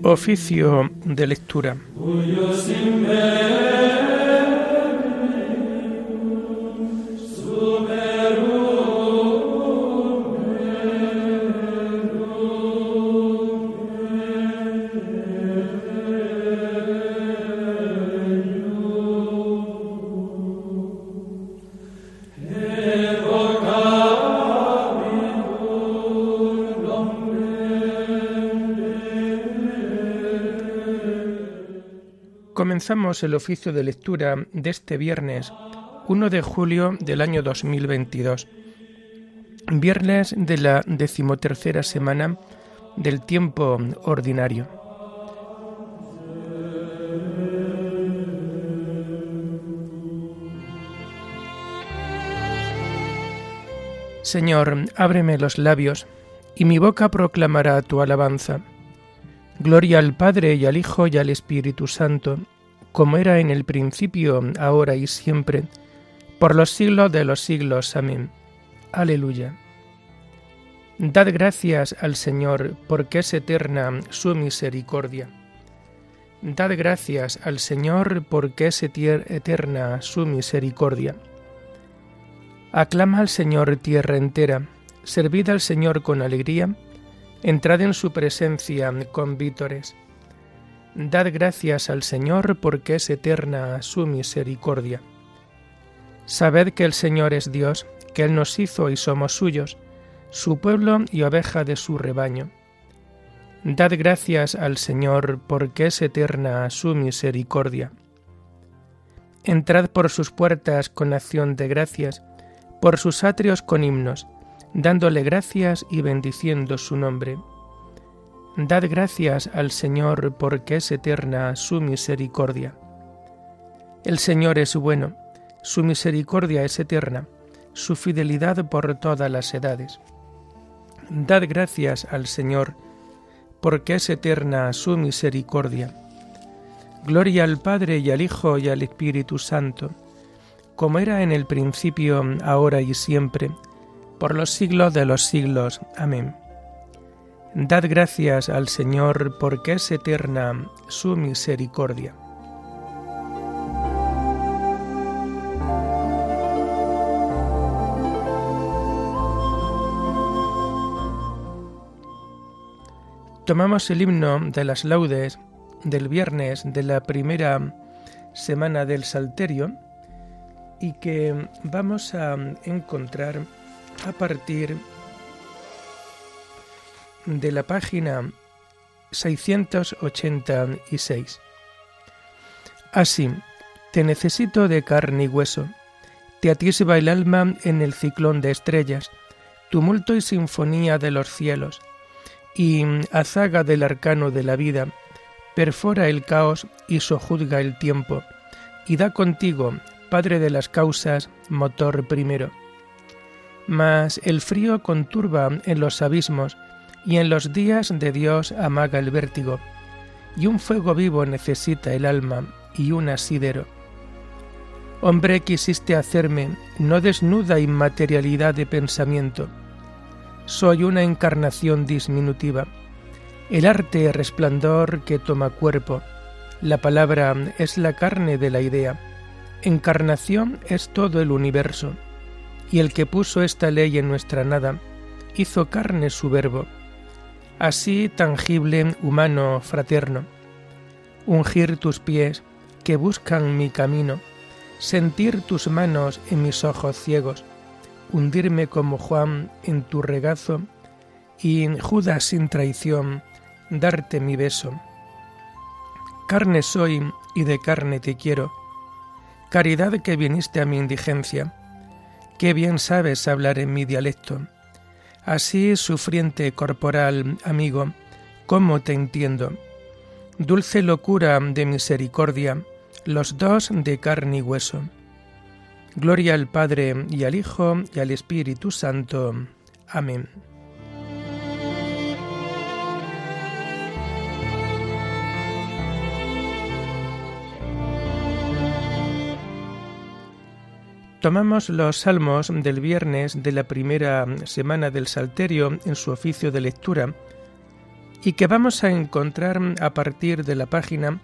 Oficio de lectura. Comenzamos el oficio de lectura de este viernes 1 de julio del año 2022, viernes de la 13ª semana del tiempo ordinario. Señor, ábreme los labios, y mi boca proclamará tu alabanza. Gloria al Padre, y al Hijo, y al Espíritu Santo, como era en el principio, ahora y siempre, por los siglos de los siglos. Amén. Aleluya. Dad gracias al Señor, porque es eterna su misericordia. Dad gracias al Señor, porque es eterna su misericordia. Aclama al Señor tierra entera, servid al Señor con alegría, entrad en su presencia con vítores. Dad gracias al Señor, porque es eterna su misericordia. Sabed que el Señor es Dios, que Él nos hizo y somos suyos, su pueblo y oveja de su rebaño. Dad gracias al Señor, porque es eterna su misericordia. Entrad por sus puertas con acción de gracias, por sus atrios con himnos, dándole gracias y bendiciendo su nombre. Dad gracias al Señor, porque es eterna su misericordia. El Señor es bueno, su misericordia es eterna, su fidelidad por todas las edades. Dad gracias al Señor, porque es eterna su misericordia. Gloria al Padre, y al Hijo, y al Espíritu Santo, como era en el principio, ahora y siempre, por los siglos de los siglos. Amén. Dad gracias al Señor, porque es eterna su misericordia. Tomamos el himno de las laudes del viernes de la primera semana del Salterio y que vamos a encontrar a partir de la página 686. Así, te necesito de carne y hueso, te atisba el alma en el ciclón de estrellas, tumulto y sinfonía de los cielos, y azaga del arcano de la vida, perfora el caos y sojuzga el tiempo, y da contigo, Padre de las causas, motor primero. Mas el frío conturba en los abismos, y en los días de Dios amaga el vértigo, y un fuego vivo necesita el alma, y un asidero. Hombre quisiste hacerme, no desnuda inmaterialidad de pensamiento. Soy una encarnación disminutiva, el arte resplandor que toma cuerpo, la palabra es la carne de la idea, encarnación es todo el universo, y el que puso esta ley en nuestra nada, hizo carne su verbo, así tangible, humano, fraterno. Ungir tus pies, que buscan mi camino, sentir tus manos en mis ojos ciegos, hundirme como Juan en tu regazo, y Judas sin traición, darte mi beso. Carne soy y de carne te quiero, caridad que viniste a mi indigencia, qué bien sabes hablar en mi dialecto. Así, sufriente corporal, amigo, ¿cómo te entiendo? Dulce locura de misericordia, los dos de carne y hueso. Gloria al Padre, y al Hijo, y al Espíritu Santo. Amén. Tomamos los salmos del viernes de la primera semana del Salterio en su oficio de lectura y que vamos a encontrar a partir de la página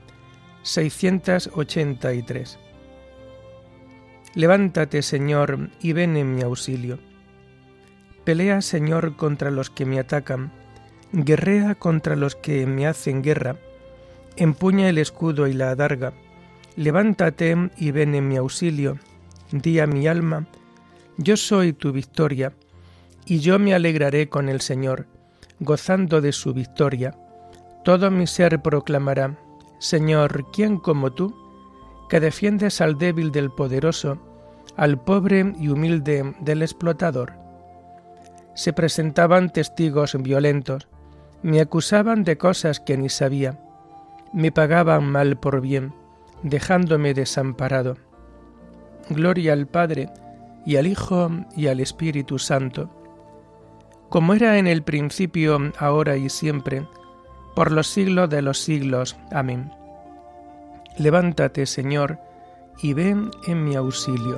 683. Levántate, Señor, y ven en mi auxilio. Pelea, Señor, contra los que me atacan, guerrea contra los que me hacen guerra, empuña el escudo y la adarga. Levántate y ven en mi auxilio. Di a mi alma, yo soy tu victoria, y yo me alegraré con el Señor, gozando de su victoria. Todo mi ser proclamará, Señor, ¿quién como tú, que defiendes al débil del poderoso, al pobre y humilde del explotador? Se presentaban testigos violentos, me acusaban de cosas que ni sabía, me pagaban mal por bien, dejándome desamparado. Gloria al Padre, y al Hijo, y al Espíritu Santo, como era en el principio, ahora y siempre, por los siglos de los siglos. Amén. Levántate, Señor, y ven en mi auxilio.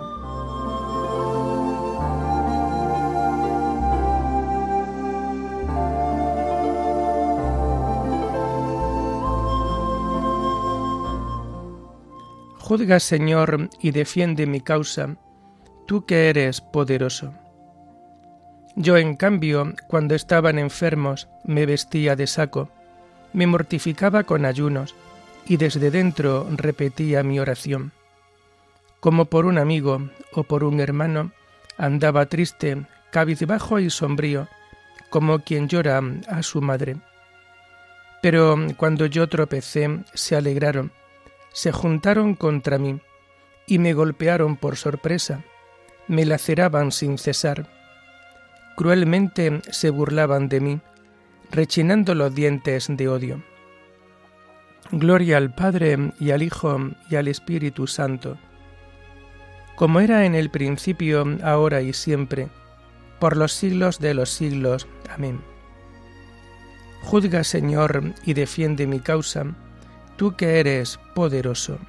Juzga, Señor, y defiende mi causa, tú que eres poderoso. Yo, en cambio, cuando estaban enfermos, me vestía de saco, me mortificaba con ayunos, y desde dentro repetía mi oración. Como por un amigo o por un hermano, andaba triste, cabizbajo y sombrío, como quien llora a su madre. Pero cuando yo tropecé, se alegraron, se juntaron contra mí, y me golpearon por sorpresa, me laceraban sin cesar. Cruelmente se burlaban de mí, rechinando los dientes de odio. Gloria al Padre, y al Hijo, y al Espíritu Santo, como era en el principio, ahora y siempre, por los siglos de los siglos. Amén. Juzga, Señor, y defiende mi causa, tú que eres poderoso.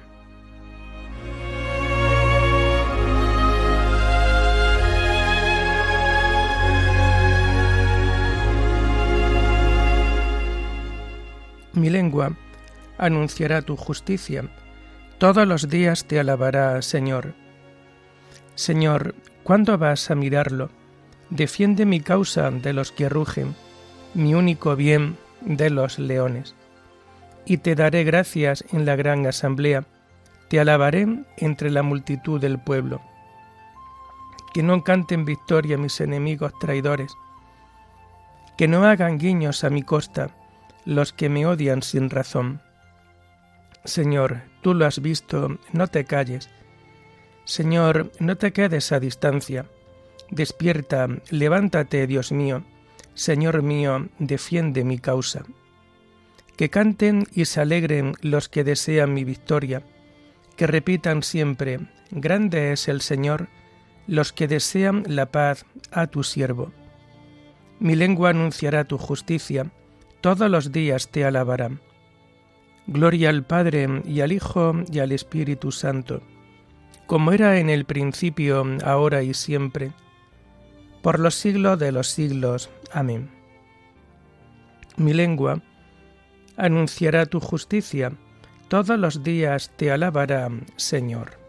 Mi lengua anunciará tu justicia, todos los días te alabará, Señor. Señor, ¿cuándo vas a mirarlo? Defiende mi causa de los que rugen, mi único bien de los leones. Y te daré gracias en la gran asamblea, te alabaré entre la multitud del pueblo. Que no canten victoria mis enemigos traidores, que no hagan guiños a mi costa los que me odian sin razón. Señor, tú lo has visto, no te calles. Señor, no te quedes a distancia. Despierta, levántate, Dios mío. Señor mío, defiende mi causa. Que canten y se alegren los que desean mi victoria, que repitan siempre, grande es el Señor, los que desean la paz a tu siervo. Mi lengua anunciará tu justicia, todos los días te alabarán. Gloria al Padre, y al Hijo, y al Espíritu Santo, como era en el principio, ahora y siempre, por los siglos de los siglos. Amén. Mi lengua anunciará tu justicia, todos los días te alabará, Señor.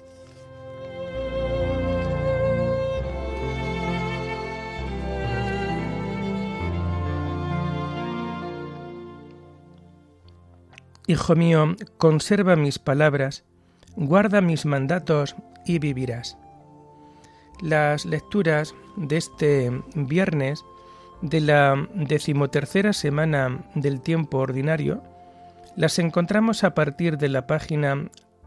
Hijo mío, conserva mis palabras, guarda mis mandatos y vivirás. Las lecturas de este viernes de la 13ª semana del tiempo ordinario las encontramos a partir de la página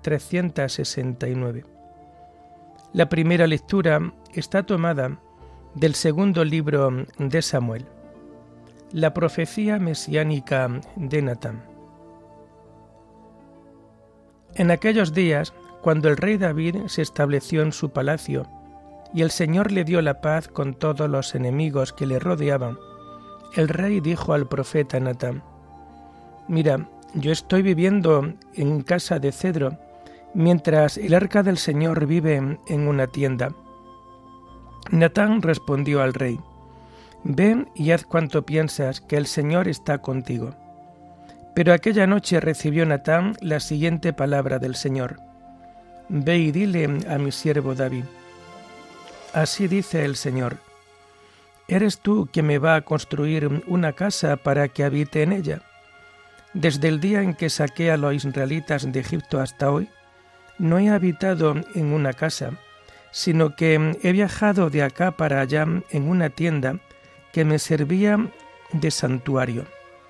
369. La primera lectura está tomada del segundo libro de Samuel, la profecía mesiánica de Natán. En aquellos días, cuando el rey David se estableció en su palacio, y el Señor le dio la paz con todos los enemigos que le rodeaban, el rey dijo al profeta Natán: Mira, yo estoy viviendo en casa de cedro, mientras el arca del Señor vive en una tienda. Natán respondió al rey: Ven y haz cuanto piensas, que el Señor está contigo. Pero aquella noche recibió Natán la siguiente palabra del Señor: Ve y dile a mi siervo David: Así dice el Señor: ¿Eres tú quien me va a construir una casa para que habite en ella? Desde el día en que saqué a los israelitas de Egipto hasta hoy, no he habitado en una casa, sino que he viajado de acá para allá en una tienda que me servía de santuario.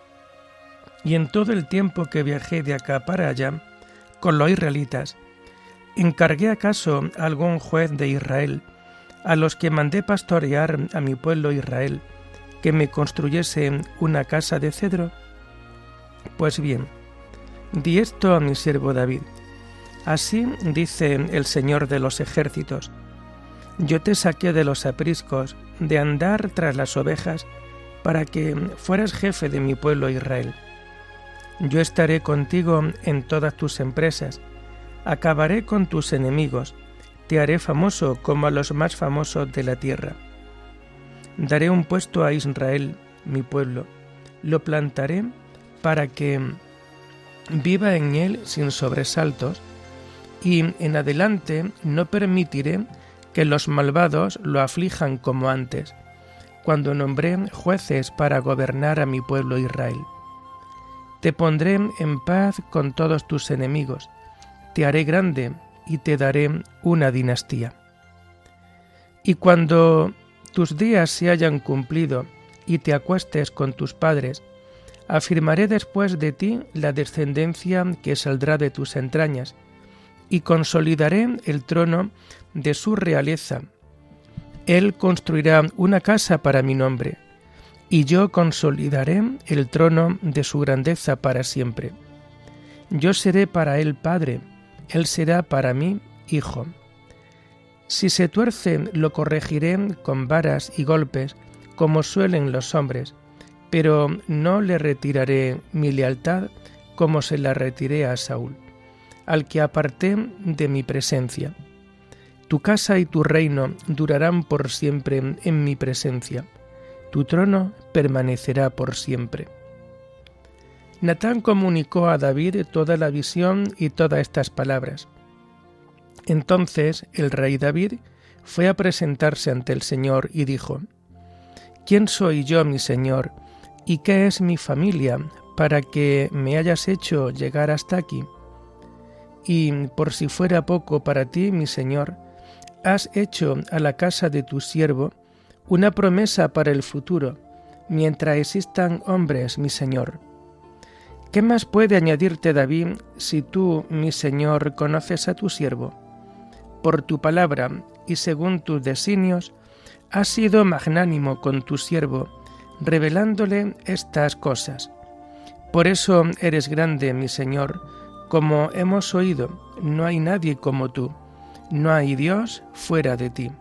Y en todo el tiempo que viajé de acá para allá con los israelitas, ¿encargué acaso a algún juez de Israel, a los que mandé pastorear a mi pueblo Israel, que me construyese una casa de cedro? Pues bien, di esto a mi siervo David: Así dice el Señor de los ejércitos: Yo te saqué de los apriscos, de andar tras las ovejas, para que fueras jefe de mi pueblo Israel. Yo estaré contigo en todas tus empresas, acabaré con tus enemigos, te haré famoso como a los más famosos de la tierra. Daré un puesto a Israel, mi pueblo, lo plantaré para que viva en él sin sobresaltos, y en adelante no permitiré que los malvados lo aflijan como antes, cuando nombré jueces para gobernar a mi pueblo Israel. Te pondré en paz con todos tus enemigos, te haré grande y te daré una dinastía. Y cuando tus días se hayan cumplido y te acuestes con tus padres, afirmaré después de ti la descendencia que saldrá de tus entrañas, y consolidaré el trono de su realeza. Él construirá una casa para mi nombre, y yo consolidaré el trono de su grandeza para siempre. Yo seré para él padre, él será para mí hijo. Si se tuerce, lo corregiré con varas y golpes, como suelen los hombres, pero no le retiraré mi lealtad como se la retiré a Saúl, al que aparté de mi presencia. Tu casa y tu reino durarán por siempre en mi presencia. Tu trono permanecerá por siempre. Natán comunicó a David toda la visión y todas estas palabras. Entonces el rey David fue a presentarse ante el Señor y dijo: ¿Quién soy yo, mi Señor, y qué es mi familia, para que me hayas hecho llegar hasta aquí? Y por si fuera poco para ti, mi Señor, has hecho a la casa de tu siervo una promesa para el futuro, mientras existan hombres, mi Señor. ¿Qué más puede añadirte David si tú, mi Señor, conoces a tu siervo? Por tu palabra y según tus designios, has sido magnánimo con tu siervo, revelándole estas cosas. Por eso eres grande, mi Señor. Como hemos oído, no hay nadie como tú, no hay Dios fuera de ti.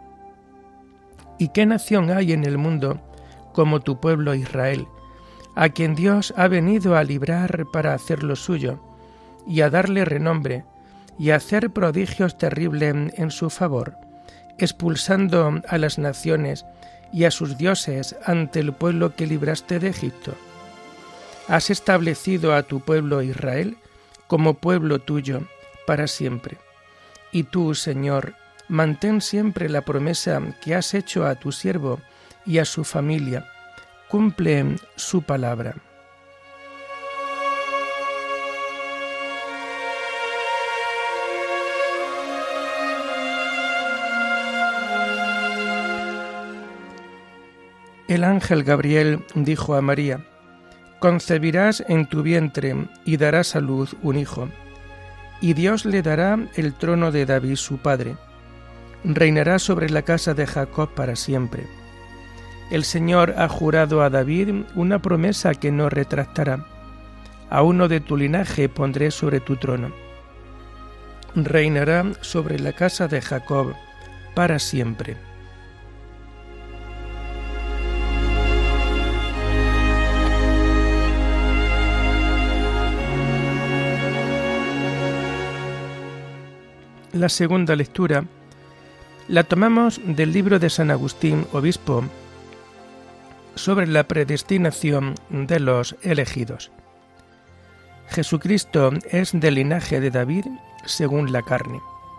¿Y qué nación hay en el mundo como tu pueblo Israel, a quien Dios ha venido a librar para hacer lo suyo, y a darle renombre, y a hacer prodigios terribles en su favor, expulsando a las naciones y a sus dioses ante el pueblo que libraste de Egipto? Has establecido a tu pueblo Israel como pueblo tuyo para siempre. Y tú, Señor, mantén siempre la promesa que has hecho a tu siervo y a su familia. Cumple su palabra. El ángel Gabriel dijo a María: Concebirás en tu vientre y darás a luz un hijo, y Dios le dará el trono de David su padre. Reinará sobre la casa de Jacob para siempre. El Señor ha jurado a David una promesa que no retractará. A uno de tu linaje pondré sobre tu trono. Reinará sobre la casa de Jacob para siempre. La segunda lectura la tomamos del libro de San Agustín, obispo, sobre la predestinación de los elegidos. Jesucristo es del linaje de David según la carne.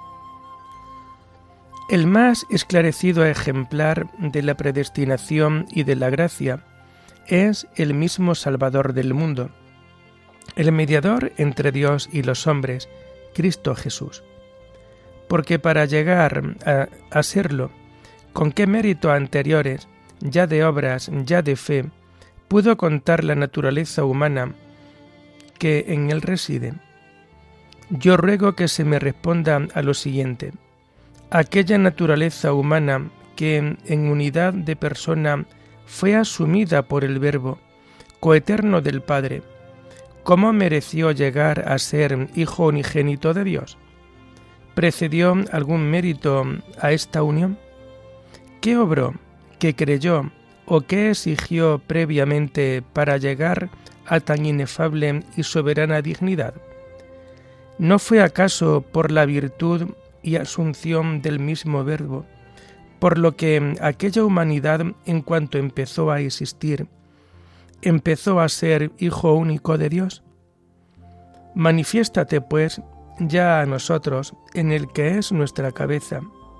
El más esclarecido ejemplar de la predestinación y de la gracia es el mismo Salvador del mundo, el mediador entre Dios y los hombres, Cristo Jesús. Porque para llegar a serlo, ¿con qué mérito anteriores, ya de obras, ya de fe, pudo contar la naturaleza humana que en él reside? Yo ruego que se me responda a lo siguiente. Aquella naturaleza humana que en unidad de persona fue asumida por el Verbo, coeterno del Padre, ¿cómo mereció llegar a ser Hijo unigénito de Dios? ¿Precedió algún mérito a esta unión? ¿Qué obró, qué creyó o qué exigió previamente para llegar a tan inefable y soberana dignidad? ¿No fue acaso por la virtud y asunción del mismo Verbo, por lo que aquella humanidad, en cuanto empezó a existir, empezó a ser Hijo único de Dios? Manifiéstate, pues, ya a nosotros, en el que es nuestra cabeza,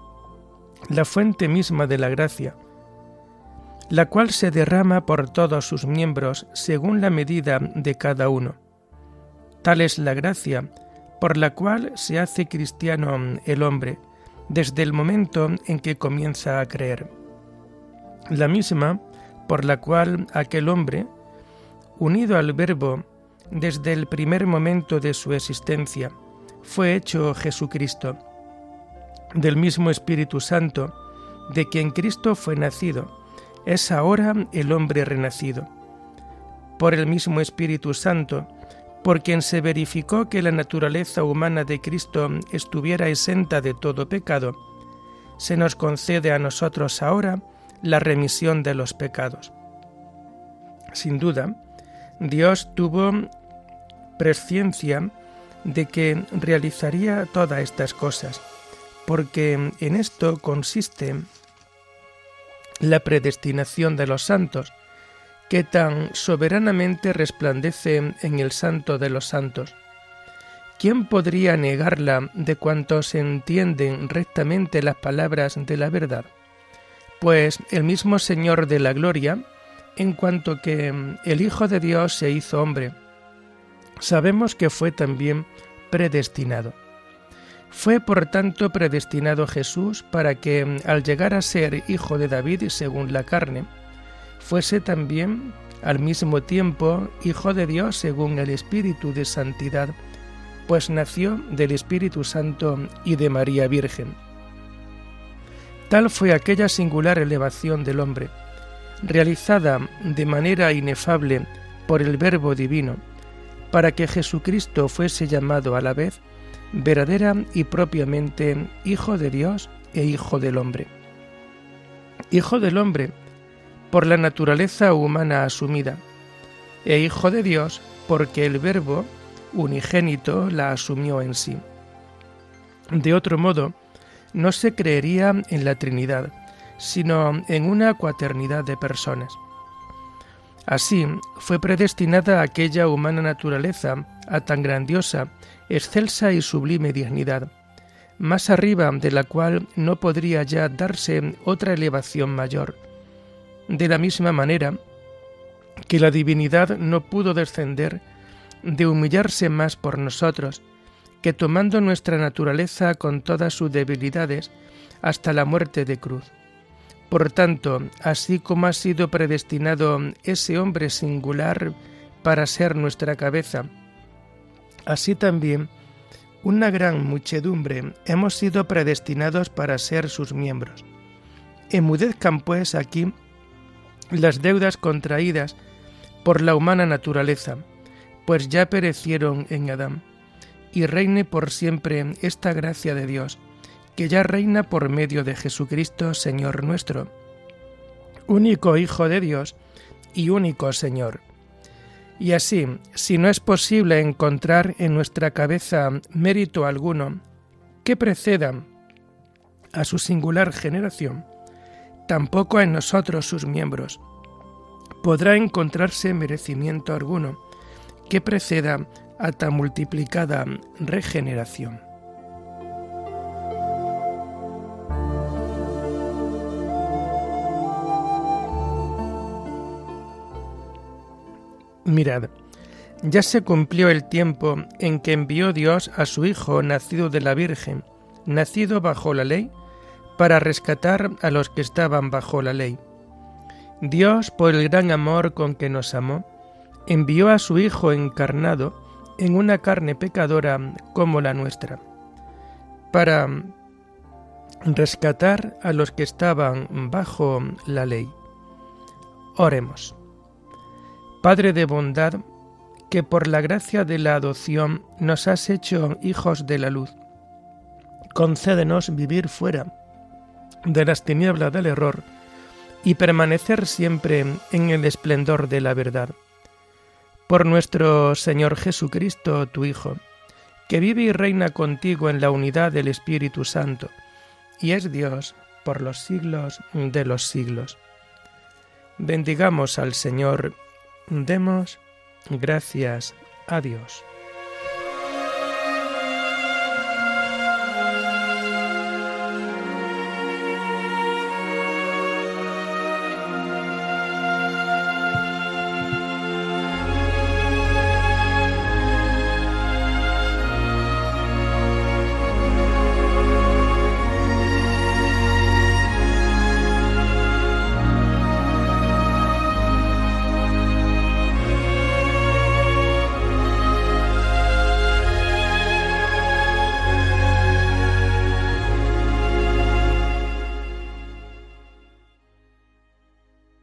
la fuente misma de la gracia, la cual se derrama por todos sus miembros según la medida de cada uno. Tal es la gracia por la cual se hace cristiano el hombre, desde el momento en que comienza a creer. La misma por la cual aquel hombre, unido al Verbo desde el primer momento de su existencia, fue hecho Jesucristo, del mismo Espíritu Santo, de quien Cristo fue nacido, es ahora el hombre renacido. Por el mismo Espíritu Santo, por quien se verificó que la naturaleza humana de Cristo estuviera exenta de todo pecado, se nos concede a nosotros ahora la remisión de los pecados. Sin duda, Dios tuvo presciencia de que realizaría todas estas cosas, porque en esto consiste la predestinación de los santos, que tan soberanamente resplandece en el Santo de los Santos. ¿Quién podría negarla de cuantos entienden rectamente las palabras de la verdad? Pues el mismo Señor de la Gloria, en cuanto que el Hijo de Dios se hizo hombre, sabemos que fue también predestinado. Fue por tanto predestinado Jesús para que, al llegar a ser hijo de David según la carne, fuese también al mismo tiempo Hijo de Dios según el Espíritu de Santidad, pues nació del Espíritu Santo y de María Virgen. Tal fue aquella singular elevación del hombre, realizada de manera inefable por el Verbo Divino, para que Jesucristo fuese llamado a la vez verdadera y propiamente Hijo de Dios e Hijo del hombre. Hijo del hombre, por la naturaleza humana asumida, e Hijo de Dios, porque el Verbo unigénito la asumió en sí. De otro modo, no se creería en la Trinidad, sino en una cuaternidad de personas. Así, fue predestinada aquella humana naturaleza a tan grandiosa, excelsa y sublime dignidad, más arriba de la cual no podría ya darse otra elevación mayor. De la misma manera que la divinidad no pudo descender de humillarse más por nosotros, que tomando nuestra naturaleza con todas sus debilidades hasta la muerte de cruz. Por tanto, así como ha sido predestinado ese hombre singular para ser nuestra cabeza, así también una gran muchedumbre hemos sido predestinados para ser sus miembros. Enmudezcan pues aquí las deudas contraídas por la humana naturaleza, pues ya perecieron en Adán, y reine por siempre esta gracia de Dios, que ya reina por medio de Jesucristo, Señor nuestro, único Hijo de Dios y único Señor. Y así, si no es posible encontrar en nuestra cabeza mérito alguno que preceda a su singular generación, tampoco en nosotros sus miembros, podrá encontrarse merecimiento alguno que preceda a tan multiplicada regeneración. Mirad, ya se cumplió el tiempo en que envió Dios a su Hijo nacido de la Virgen, nacido bajo la ley, para rescatar a los que estaban bajo la ley. Dios, por el gran amor con que nos amó, envió a su Hijo encarnado en una carne pecadora como la nuestra, para rescatar a los que estaban bajo la ley. Oremos. Padre de bondad, que por la gracia de la adopción nos has hecho hijos de la luz, concédenos vivir fuera de las tinieblas del error y permanecer siempre en el esplendor de la verdad. Por nuestro Señor Jesucristo, tu Hijo, que vive y reina contigo en la unidad del Espíritu Santo, y es Dios por los siglos de los siglos. Bendigamos al Señor, demos gracias a Dios.